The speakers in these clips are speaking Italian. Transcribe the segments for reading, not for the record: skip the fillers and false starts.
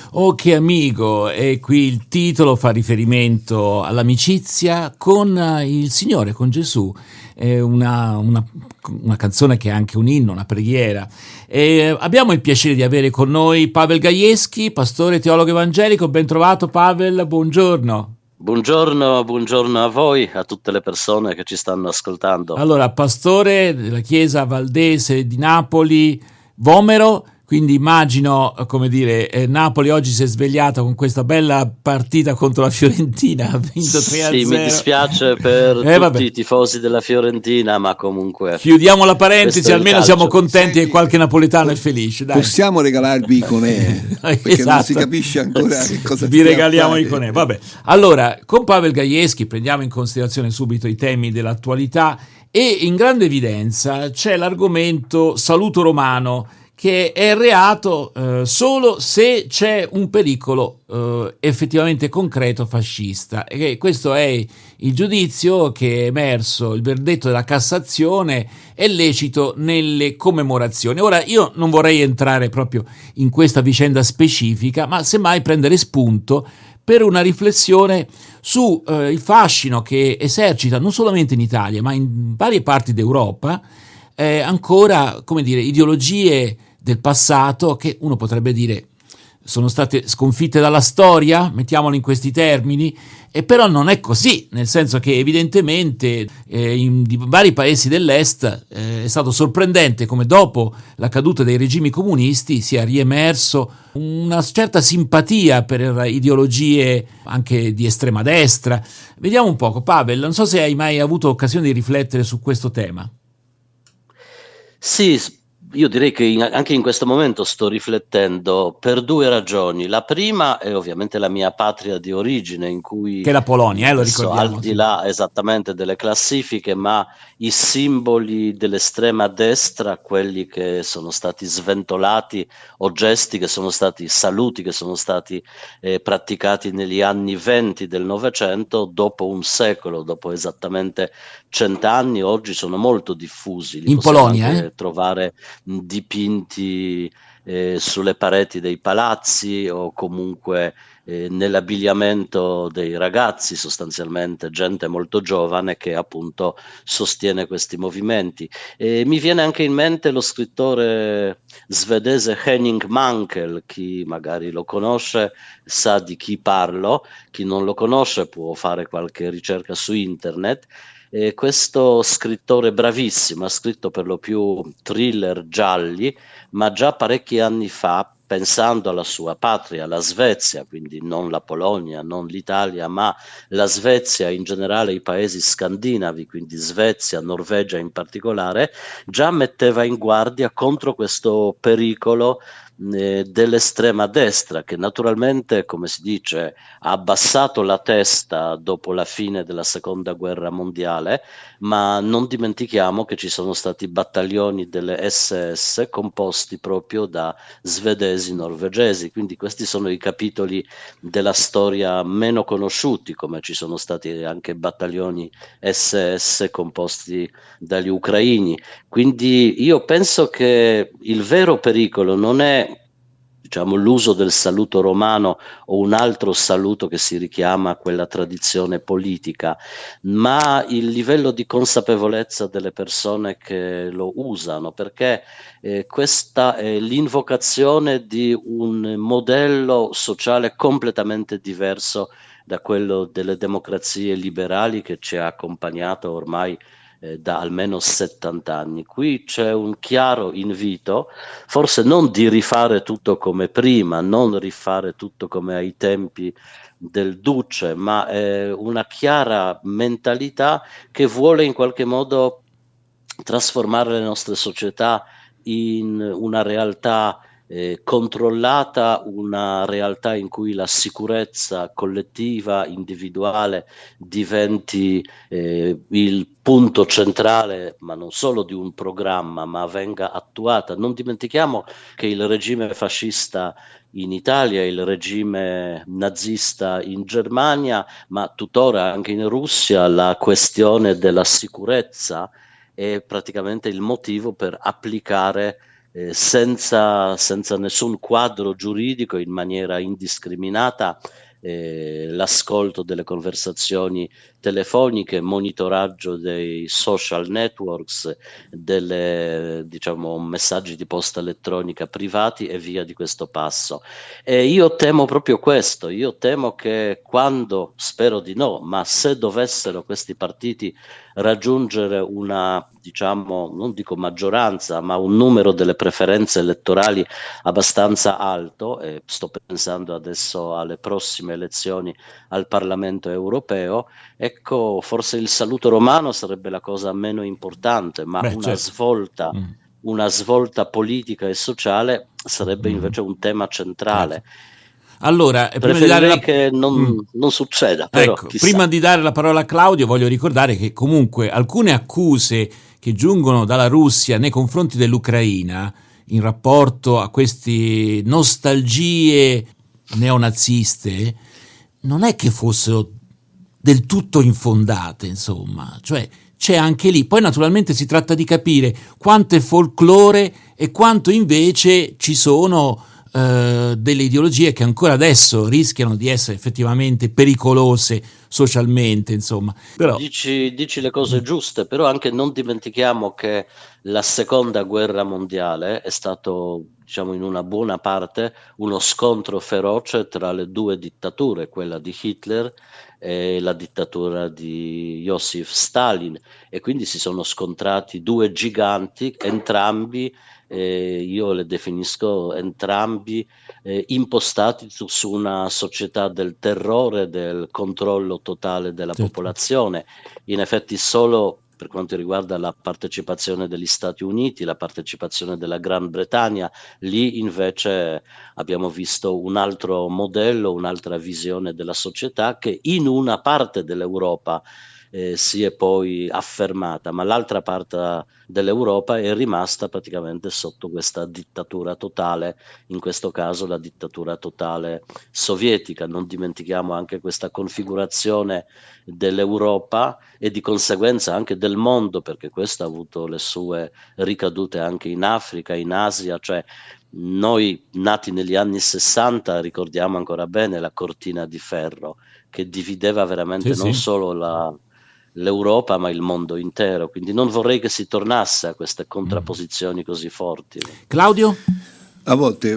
Oh che amico, e qui il titolo fa riferimento all'amicizia con il Signore, con Gesù. È una canzone che è anche un inno, una preghiera. E abbiamo il piacere di avere con noi Pavel Gajewski, pastore teologo evangelico. Ben trovato Pavel, buongiorno. Buongiorno a voi, a tutte le persone che ci stanno ascoltando. Allora, pastore della chiesa valdese di Napoli, Vomero, quindi immagino, come dire, Napoli oggi si è svegliata con questa bella partita contro la Fiorentina, ha vinto 3-0. Sì, mi dispiace per tutti i tifosi della Fiorentina, ma comunque... Chiudiamo la parentesi, almeno siamo contenti. Senti, che qualche napoletano è felice. Dai. Possiamo regalarvi Iconè, perché esatto. Non si capisce ancora che cosa vi regaliamo Iconè. Vabbè. Allora, con Pavel Gajewski prendiamo in considerazione subito i temi dell'attualità e in grande evidenza c'è l'argomento saluto romano, che è reato solo se c'è un pericolo effettivamente concreto fascista. E questo è il giudizio che è emerso, il verdetto della Cassazione è lecito nelle commemorazioni. Ora, io non vorrei entrare proprio in questa vicenda specifica, ma semmai prendere spunto per una riflessione su il fascino che esercita non solamente in Italia, ma in varie parti d'Europa, ancora, come dire, ideologie del passato che uno potrebbe dire sono state sconfitte dalla storia, mettiamolo in questi termini, e però non è così, nel senso che evidentemente in vari paesi dell'est è stato sorprendente come dopo la caduta dei regimi comunisti sia riemerso una certa simpatia per ideologie anche di estrema destra. Vediamo un poco, Pavel, non so se hai mai avuto occasione di riflettere su questo tema. Sì, io direi che anche in questo momento sto riflettendo per due ragioni. La prima è ovviamente la mia patria di origine, in cui che è la Polonia, lo ricordiamo. Al di là esattamente delle classifiche, ma i simboli dell'estrema destra, quelli che sono stati sventolati o gesti che sono stati saluti, che sono stati praticati negli anni 20 del Novecento, dopo un secolo, dopo esattamente 100 anni, oggi sono molto diffusi. Li in Polonia, anche trovare dipinti sulle pareti dei palazzi o comunque nell'abbigliamento dei ragazzi, sostanzialmente gente molto giovane che appunto sostiene questi movimenti. Mi viene anche in mente lo scrittore svedese Henning Mankell, chi magari lo conosce sa di chi parlo, chi non lo conosce può fare qualche ricerca su internet. Questo scrittore bravissimo ha scritto per lo più thriller gialli, ma già parecchi anni fa, pensando alla sua patria, la Svezia, quindi non la Polonia, non l'Italia, ma la Svezia, in generale i paesi scandinavi, quindi Svezia, Norvegia in particolare, già metteva in guardia contro questo pericolo dell'estrema destra, che naturalmente, come si dice, ha abbassato la testa dopo la fine della seconda guerra mondiale, ma non dimentichiamo che ci sono stati battaglioni delle SS composti proprio da svedesi, norvegesi, quindi questi sono i capitoli della storia meno conosciuti, come ci sono stati anche battaglioni SS composti dagli ucraini. Quindi io penso che il vero pericolo non è, diciamo, l'uso del saluto romano o un altro saluto che si richiama a quella tradizione politica, ma il livello di consapevolezza delle persone che lo usano, perché questa è l'invocazione di un modello sociale completamente diverso da quello delle democrazie liberali che ci ha accompagnato ormai da almeno 70 anni. Qui c'è un chiaro invito, forse non di rifare tutto come prima, non rifare tutto come ai tempi del Duce, ma una chiara mentalità che vuole in qualche modo trasformare le nostre società in una realtà controllata, una realtà in cui la sicurezza collettiva, individuale diventi il punto centrale, ma non solo di un programma, ma venga attuata. Non dimentichiamo che il regime fascista in Italia, il regime nazista in Germania, ma tuttora anche in Russia, la questione della sicurezza è praticamente il motivo per applicare senza nessun quadro giuridico, in maniera indiscriminata, l'ascolto delle conversazioni telefoniche, monitoraggio dei social networks, diciamo, messaggi di posta elettronica privati e via di questo passo. E io temo proprio questo, io temo che quando, spero di no, ma se dovessero questi partiti raggiungere una, diciamo, non dico maggioranza, ma un numero delle preferenze elettorali abbastanza alto, e sto pensando adesso alle prossime elezioni al Parlamento europeo, ecco, forse il saluto romano sarebbe la cosa meno importante, ma una svolta politica e sociale sarebbe invece un tema centrale. Allora, preferirei che non succeda, però ecco, prima di dare la parola a Claudio voglio ricordare che comunque alcune accuse che giungono dalla Russia nei confronti dell'Ucraina in rapporto a queste nostalgie neonaziste non è che fossero del tutto infondate, insomma, cioè c'è anche lì. Poi naturalmente si tratta di capire quanto è folklore e quanto invece ci sono delle ideologie che ancora adesso rischiano di essere effettivamente pericolose socialmente, insomma. Però dici le cose giuste, però anche non dimentichiamo che la seconda guerra mondiale è stato, diciamo, in una buona parte uno scontro feroce tra le due dittature, quella di Hitler e la dittatura di Joseph Stalin, e quindi si sono scontrati due giganti, entrambi io le definisco entrambi impostati su una società del terrore, del controllo totale della popolazione. In effetti solo per quanto riguarda la partecipazione degli Stati Uniti, la partecipazione della Gran Bretagna, lì invece abbiamo visto un altro modello, un'altra visione della società che in una parte dell'Europa si è poi affermata, ma l'altra parte dell'Europa è rimasta praticamente sotto questa dittatura totale, in questo caso la dittatura totale sovietica. Non dimentichiamo anche questa configurazione dell'Europa e di conseguenza anche del mondo, perché questo ha avuto le sue ricadute anche in Africa, in Asia, cioè noi nati negli anni 60 ricordiamo ancora bene la cortina di ferro che divideva veramente non solo l'Europa ma il mondo intero, quindi non vorrei che si tornasse a queste contrapposizioni così forti. Claudio? A volte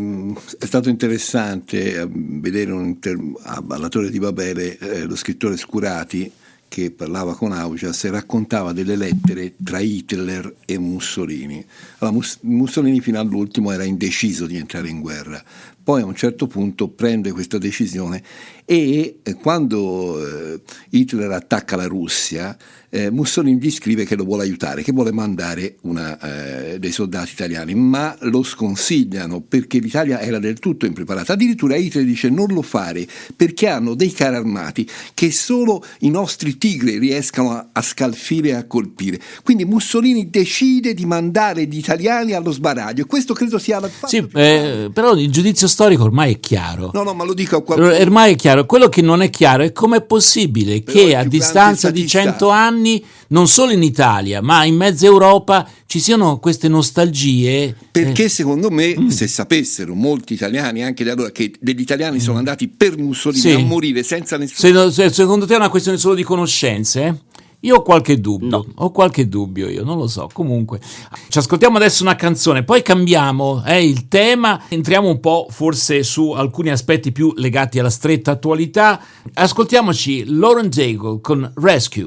è stato interessante vedere alla Torre di Babele lo scrittore Scurati che parlava con Augias e raccontava delle lettere tra Hitler e Mussolini. Allora, Mussolini fino all'ultimo era indeciso di entrare in guerra, poi a un certo punto prende questa decisione e quando Hitler attacca la Russia, Mussolini gli scrive che lo vuole aiutare, che vuole mandare dei soldati italiani, ma lo sconsigliano perché l'Italia era del tutto impreparata. Addirittura Hitler dice non lo fare perché hanno dei carri armati che solo i nostri tigri riescano a scalfire e a colpire. Quindi Mussolini decide di mandare gli italiani allo sbaraglio. Questo credo sia la sì, però il giudizio storico ormai è chiaro. No, ma lo dico a qualcuno. Ormai è chiaro. Quello che non è chiaro è com'è possibile che a distanza di 100 anni, non solo in Italia, ma in mezza Europa ci siano queste nostalgie. Perché secondo me, se sapessero molti italiani, anche da allora, che degli italiani sono andati per Mussolini a morire senza nessuno. Secondo te è una questione solo di conoscenze? Io ho qualche dubbio, io non lo so. Comunque, ci ascoltiamo adesso una canzone, poi cambiamo il tema, entriamo un po' forse su alcuni aspetti più legati alla stretta attualità. Ascoltiamoci Lauren Daigle con Rescue.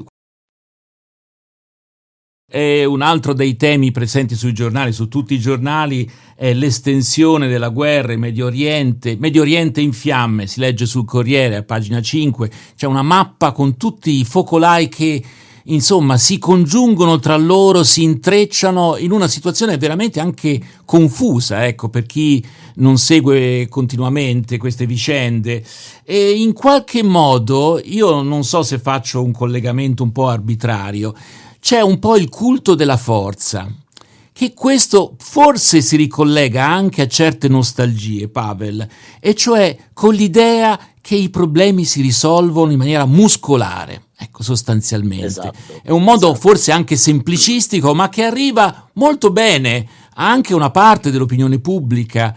E un altro dei temi presenti sui giornali, su tutti i giornali, è l'estensione della guerra in Medio Oriente in fiamme, si legge sul Corriere a pagina 5, c'è una mappa con tutti i focolai che insomma si congiungono tra loro, si intrecciano in una situazione veramente anche confusa, ecco, per chi non segue continuamente queste vicende. E in qualche modo, io non so se faccio un collegamento un po' arbitrario, c'è un po' il culto della forza, che questo forse si ricollega anche a certe nostalgie, Pavel, e cioè con l'idea che i problemi si risolvono in maniera muscolare, ecco, sostanzialmente. Esatto, è un modo forse anche semplicistico, ma che arriva molto bene anche una parte dell'opinione pubblica.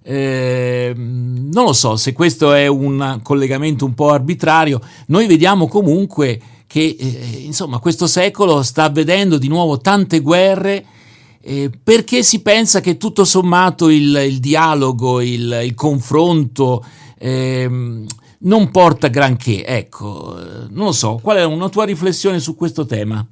Non lo so se questo è un collegamento un po' arbitrario. Noi vediamo comunque che insomma questo secolo sta vedendo di nuovo tante guerre, perché si pensa che tutto sommato il dialogo, il confronto non porta granché. Ecco, non lo so, qual è una tua riflessione su questo tema?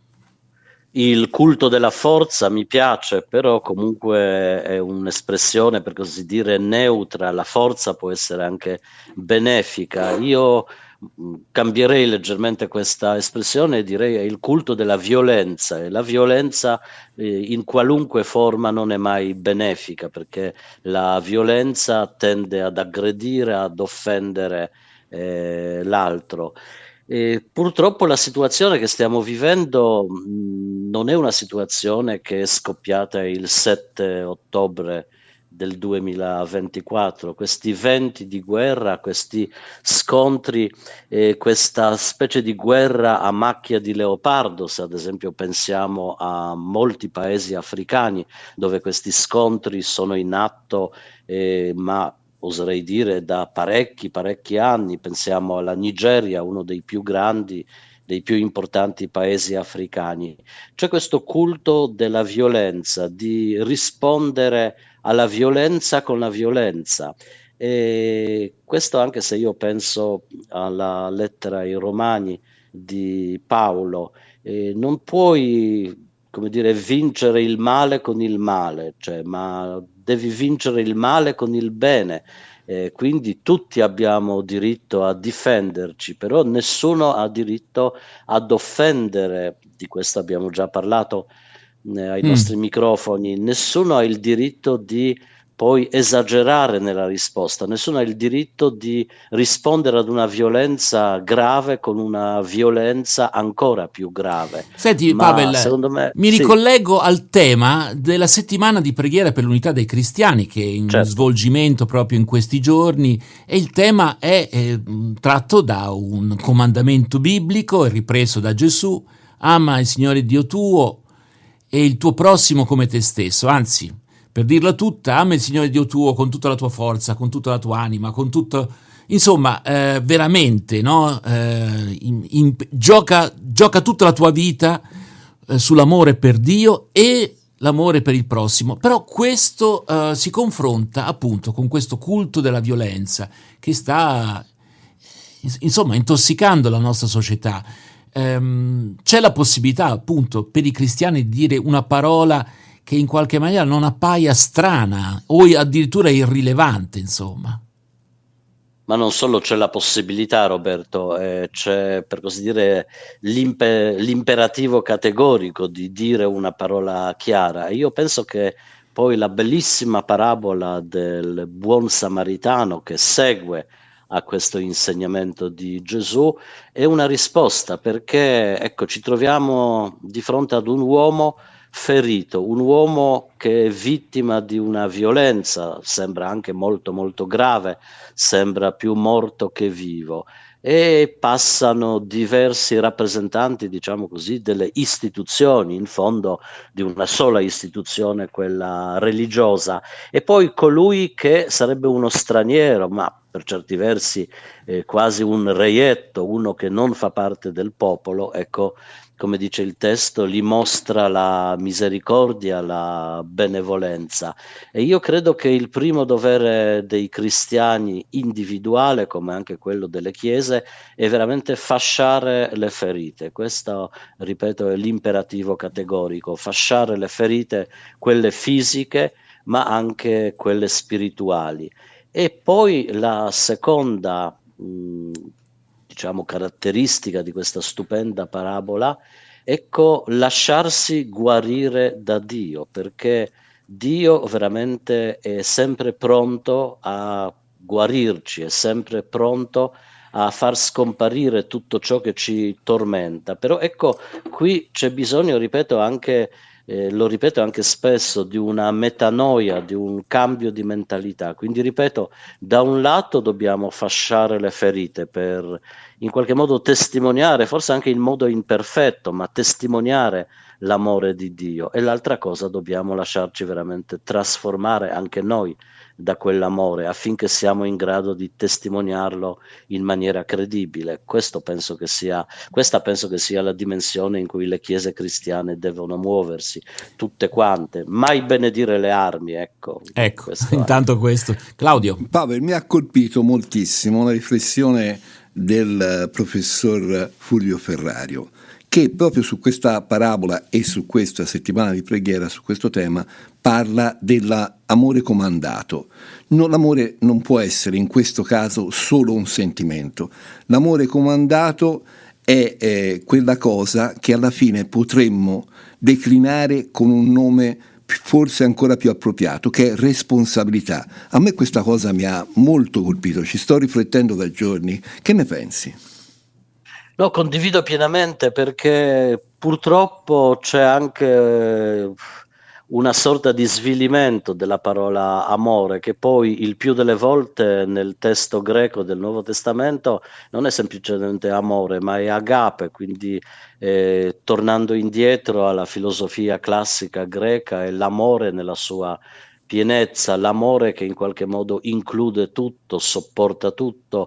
Il culto della forza mi piace, però comunque è un'espressione, per così dire, neutra. La forza può essere anche benefica. Io cambierei leggermente questa espressione e direi è il culto della violenza, e la violenza in qualunque forma non è mai benefica, perché la violenza tende ad aggredire, ad offendere l'altro. E purtroppo la situazione che stiamo vivendo non è una situazione che è scoppiata il 7 ottobre del 2024, questi venti di guerra, questi scontri, questa specie di guerra a macchia di leopardo, se ad esempio pensiamo a molti paesi africani dove questi scontri sono in atto, ma oserei dire da parecchi anni. Pensiamo alla Nigeria, uno dei più grandi, dei più importanti paesi africani. C'è questo culto della violenza, di rispondere alla violenza con la violenza. E questo, anche se io penso alla lettera ai Romani di Paolo, non puoi, come dire, vincere il male con il male, cioè, ma devi vincere il male con il bene. Quindi tutti abbiamo diritto a difenderci, però nessuno ha diritto ad offendere. Di questo abbiamo già parlato ai nostri microfoni. Nessuno ha il diritto di poi esagerare nella risposta, nessuno ha il diritto di rispondere ad una violenza grave con una violenza ancora più grave. Senti, Ma Pavel, secondo me mi sì, ricollego al tema della settimana di preghiera per l'unità dei cristiani, che è in certo. svolgimento proprio in questi giorni, e il tema è tratto da un comandamento biblico, è ripreso da Gesù: ama il Signore Dio tuo e il tuo prossimo come te stesso. Anzi, per dirla tutta, ama il Signore Dio tuo con tutta la tua forza, con tutta la tua anima, con tutto, insomma, veramente, no? Gioca tutta la tua vita sull'amore per Dio e l'amore per il prossimo. Però questo si confronta appunto con questo culto della violenza che sta, insomma, intossicando la nostra società. C'è la possibilità appunto per i cristiani di dire una parola che in qualche maniera non appaia strana o addirittura irrilevante, insomma. Ma non solo c'è la possibilità, Roberto, c'è, per così dire, l'imperativo categorico di dire una parola chiara. E io penso che poi la bellissima parabola del buon samaritano che segue a questo insegnamento di Gesù è una risposta, perché ecco, ci troviamo di fronte ad un uomo ferito, un uomo che è vittima di una violenza, sembra anche molto grave, sembra più morto che vivo, e passano diversi rappresentanti, diciamo così, delle istituzioni, in fondo di una sola istituzione, quella religiosa, e poi colui che sarebbe uno straniero, ma per certi versi quasi un reietto, uno che non fa parte del popolo, ecco, come dice il testo, gli mostra la misericordia, la benevolenza. E io credo che il primo dovere dei cristiani individuale, come anche quello delle chiese, è veramente fasciare le ferite. Questo, ripeto, è l'imperativo categorico: fasciare le ferite, quelle fisiche, ma anche quelle spirituali. E poi la seconda diciamo caratteristica di questa stupenda parabola, ecco, lasciarsi guarire da Dio, perché Dio veramente è sempre pronto a guarirci, è sempre pronto a far scomparire tutto ciò che ci tormenta. Però ecco, qui c'è bisogno, ripeto, anche lo ripeto anche spesso, di una metanoia, di un cambio di mentalità. Quindi ripeto, da un lato dobbiamo fasciare le ferite per in qualche modo testimoniare, forse anche in modo imperfetto, ma testimoniare l'amore di Dio, e l'altra cosa, dobbiamo lasciarci veramente trasformare anche noi da quell'amore affinché siamo in grado di testimoniarlo in maniera credibile. Questa penso che sia la dimensione in cui le chiese cristiane devono muoversi, tutte quante, mai benedire le armi, ecco intanto questo. Claudio. Pavel, mi ha colpito moltissimo la riflessione del professor Fulvio Ferrario, che proprio su questa parabola e su questa settimana di preghiera, su questo tema, parla dell'amore comandato. L'amore non può essere in questo caso solo un sentimento. L'amore comandato è quella cosa che alla fine potremmo declinare con un nome forse ancora più appropriato, che è responsabilità. A me questa cosa mi ha molto colpito, ci sto riflettendo da giorni. Che ne pensi? No, condivido pienamente, perché purtroppo c'è anche una sorta di svilimento della parola amore, che poi il più delle volte nel testo greco del Nuovo Testamento non è semplicemente amore, ma è agape, quindi tornando indietro alla filosofia classica greca, è l'amore nella sua pienezza, l'amore che in qualche modo include tutto, sopporta tutto.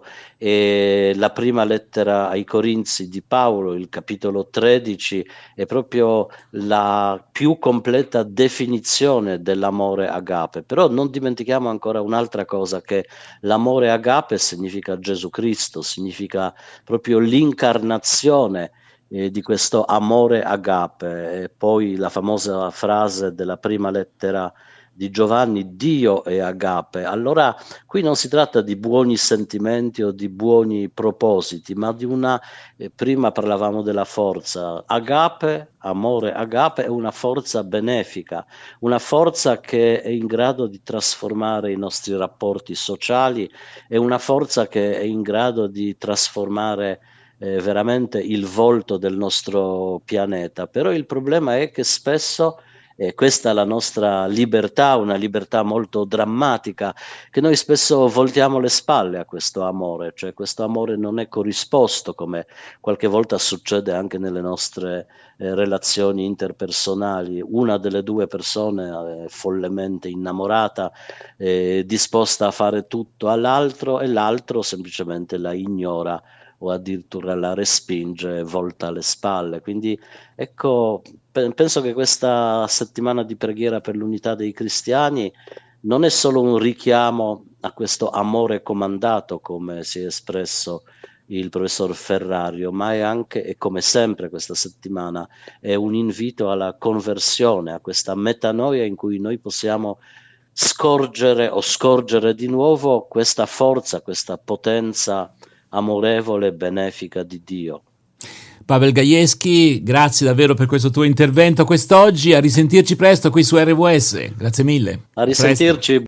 E la prima lettera ai Corinzi di Paolo, il capitolo 13, è proprio la più completa definizione dell'amore agape. Però non dimentichiamo ancora un'altra cosa, che l'amore agape significa Gesù Cristo, significa proprio l'incarnazione di questo amore agape. E poi la famosa frase della prima lettera di Giovanni: Dio è agape. Allora qui non si tratta di buoni sentimenti o di buoni propositi, ma di prima parlavamo della forza. Agape, amore agape, è una forza benefica, una forza che è in grado di trasformare i nostri rapporti sociali, è una forza che è in grado di trasformare veramente il volto del nostro pianeta. Però il problema è che spesso, questa è la nostra libertà, una libertà molto drammatica, che noi spesso voltiamo le spalle a questo amore, cioè questo amore non è corrisposto, come qualche volta succede anche nelle nostre relazioni interpersonali. Una delle due persone è follemente innamorata, disposta a fare tutto all'altro, e l'altro semplicemente la ignora o addirittura la respinge, volta le spalle. Quindi ecco, penso che questa settimana di preghiera per l'unità dei cristiani non è solo un richiamo a questo amore comandato, come si è espresso il professor Ferrario, ma è anche, e come sempre questa settimana, è un invito alla conversione, a questa metanoia in cui noi possiamo scorgere di nuovo questa forza, questa potenza amorevole e benefica di Dio. Pavel Gajewski, grazie davvero per questo tuo intervento quest'oggi. A risentirci presto qui su RWS. Grazie mille. A risentirci.